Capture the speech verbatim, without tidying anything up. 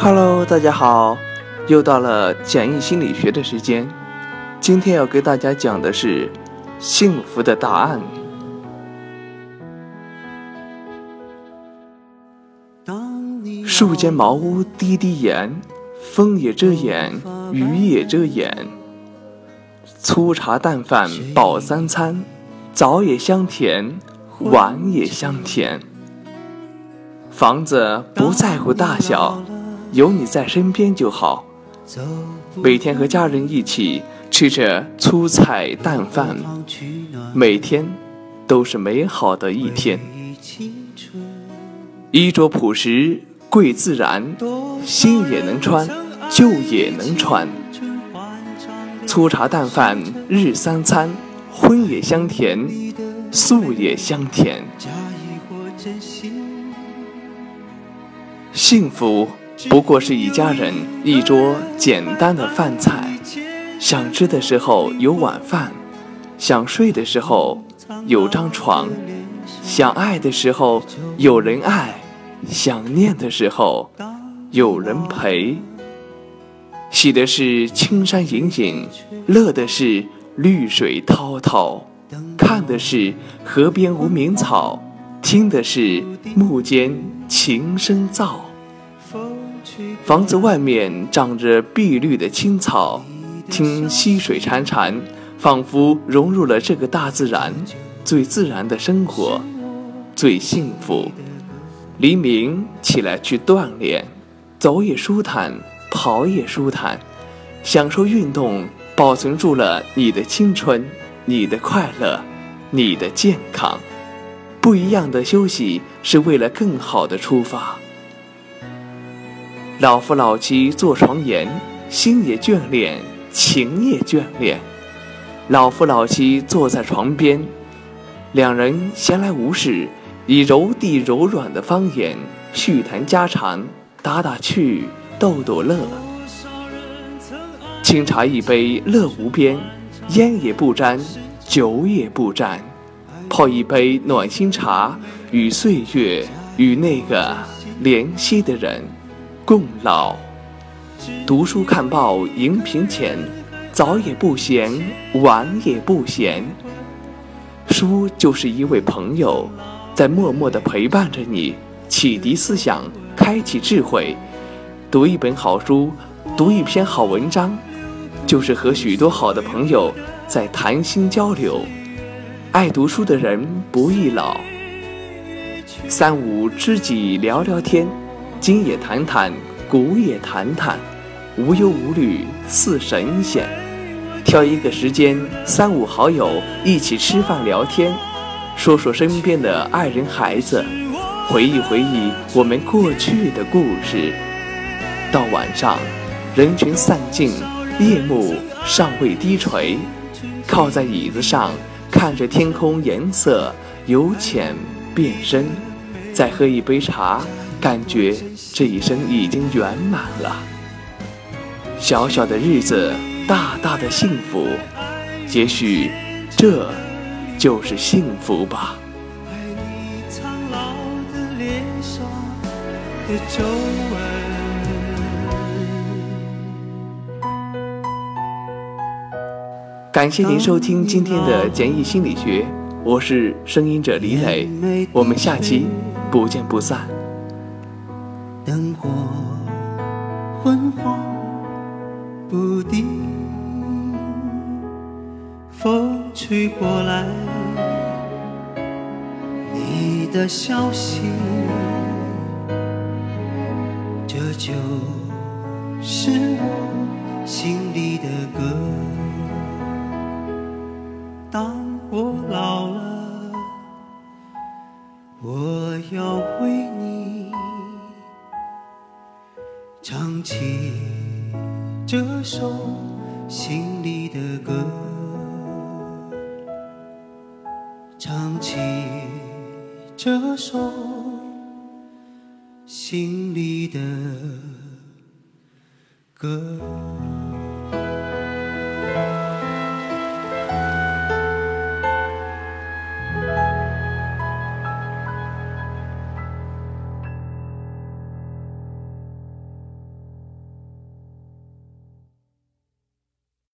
Hello， 大家好，又到了简易心理学的时间。今天要给大家讲的是幸福的答案。树间茅屋低低檐，风也遮眼，雨也遮眼。粗茶淡饭饱三餐，早也香甜，晚也香甜。房子不在乎大小，有你在身边就好。每天和家人一起吃着粗菜淡饭，每天都是美好的一天。衣着朴实贵自然，新也能穿，旧也能穿。粗茶淡饭日三餐，荤也香甜，素也香甜。幸福不过是一家人一桌简单的饭菜，想吃的时候有碗饭，想睡的时候有张床，想爱的时候有人爱，想念的时候有人陪。喜的是青山隐隐，乐的是绿水滔滔，看的是河边无名草，听的是木间琴声噪。房子外面长着碧绿的青草，听溪水潺潺，仿佛融入了这个大自然最自然的生活，最幸福。黎明起来去锻炼，走也舒坦，跑也舒坦，享受运动，保存住了你的青春，你的快乐，你的健康。不一样的休息是为了更好的出发。老夫老妻坐床沿，心也眷恋，情也眷恋。老夫老妻坐在床边，两人闲来无事，以柔地柔软的方言叙谈家常，打打趣，逗逗乐。清茶一杯乐无边，烟也不沾，酒也不沾，泡一杯暖心茶，与岁月，与那个怜惜的人共老。读书看报荧屏前，早也不闲，晚也不闲。书就是一位朋友，在默默地陪伴着你，启迪思想，开启智慧。读一本好书，读一篇好文章，就是和许多好的朋友在谈心交流。爱读书的人不易老。三五知己聊聊天，今也谈谈，古也谈谈，无忧无虑似神仙。挑一个时间，三五好友一起吃饭聊天，说说身边的爱人孩子，回忆回忆我们过去的故事。到晚上，人群散尽，夜幕尚未低垂，靠在椅子上，看着天空颜色由浅变深，再喝一杯茶，感觉这一生已经圆满了。小小的日子，大大的幸福，也许这就是幸福吧。 爱你苍老的脸上的皱纹。 感谢您收听今天的简易心理学，我是声音者李磊，我们下期不见不散。 灯火昏黄不定，风吹过来，你的消息，这就是我心里的歌。当我老了，我要为你唱起这首心里的歌，唱起这首心里的歌。